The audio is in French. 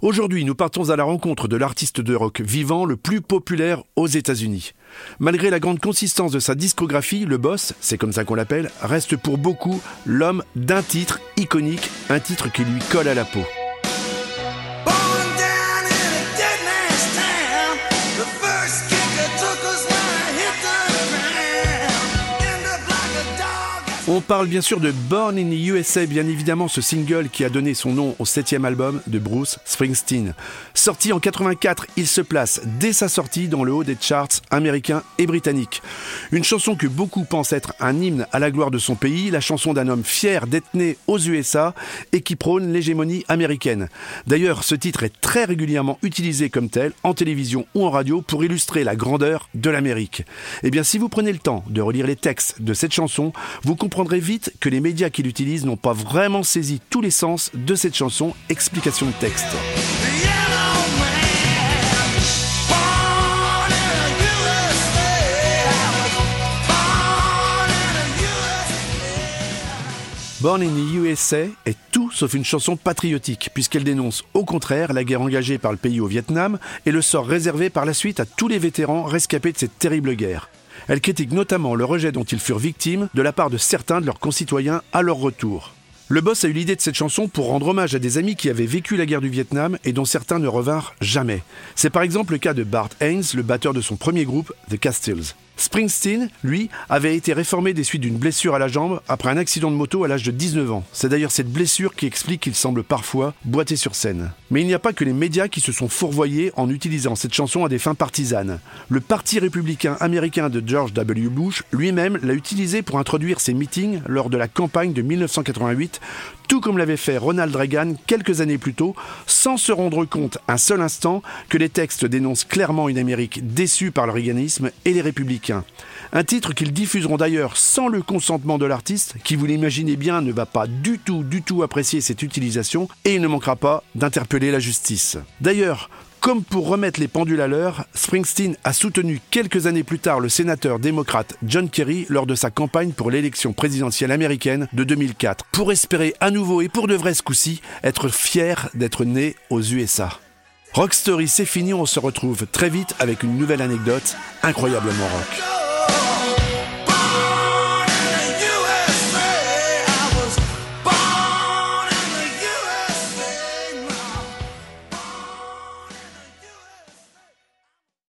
Aujourd'hui, nous partons à la rencontre de l'artiste de rock vivant le plus populaire aux États-Unis. Malgré la grande consistance de sa discographie, le boss, c'est comme ça qu'on l'appelle, reste pour beaucoup l'homme d'un titre iconique, un titre qui lui colle à la peau. On parle bien sûr de Born in the USA, bien évidemment ce single qui a donné son nom au 7e album de Bruce Springsteen. Sorti en 84, il se place dès sa sortie dans le haut des charts américains et britanniques. Une chanson que beaucoup pensent être un hymne à la gloire de son pays, la chanson d'un homme fier d'être né aux USA et qui prône l'hégémonie américaine. D'ailleurs, ce titre est très régulièrement utilisé comme tel, en télévision ou en radio, pour illustrer la grandeur de l'Amérique. Eh bien, si vous prenez le temps de relire les textes de cette chanson, vous comprendrez vite que les médias qui l'utilisent n'ont pas vraiment saisi tous les sens de cette chanson. Explication de texte. Born in the USA est tout sauf une chanson patriotique, puisqu'elle dénonce au contraire la guerre engagée par le pays au Vietnam et le sort réservé par la suite à tous les vétérans rescapés de cette terrible guerre. Elle critique notamment le rejet dont ils furent victimes de la part de certains de leurs concitoyens à leur retour. Le boss a eu l'idée de cette chanson pour rendre hommage à des amis qui avaient vécu la guerre du Vietnam et dont certains ne revinrent jamais. C'est par exemple le cas de Bart Haynes, le batteur de son premier groupe, The Castiles. Springsteen, lui, avait été réformé des suites d'une blessure à la jambe après un accident de moto à l'âge de 19 ans. C'est d'ailleurs cette blessure qui explique qu'il semble parfois boiter sur scène. Mais il n'y a pas que les médias qui se sont fourvoyés en utilisant cette chanson à des fins partisanes. Le Parti républicain américain de George W. Bush lui-même l'a utilisé pour introduire ses meetings lors de la campagne de 1988, tout comme l'avait fait Ronald Reagan quelques années plus tôt, sans se rendre compte un seul instant que les textes dénoncent clairement une Amérique déçue par le réaganisme et les républicains. Un titre qu'ils diffuseront d'ailleurs sans le consentement de l'artiste, qui, vous l'imaginez bien, ne va pas du tout apprécier cette utilisation, et il ne manquera pas d'interpeller la justice. D'ailleurs, comme pour remettre les pendules à l'heure, Springsteen a soutenu quelques années plus tard le sénateur démocrate John Kerry lors de sa campagne pour l'élection présidentielle américaine de 2004, pour espérer à nouveau et pour de vrai ce coup-ci, être fier d'être né aux USA. Rock Story, c'est fini, on se retrouve très vite avec une nouvelle anecdote incroyablement rock.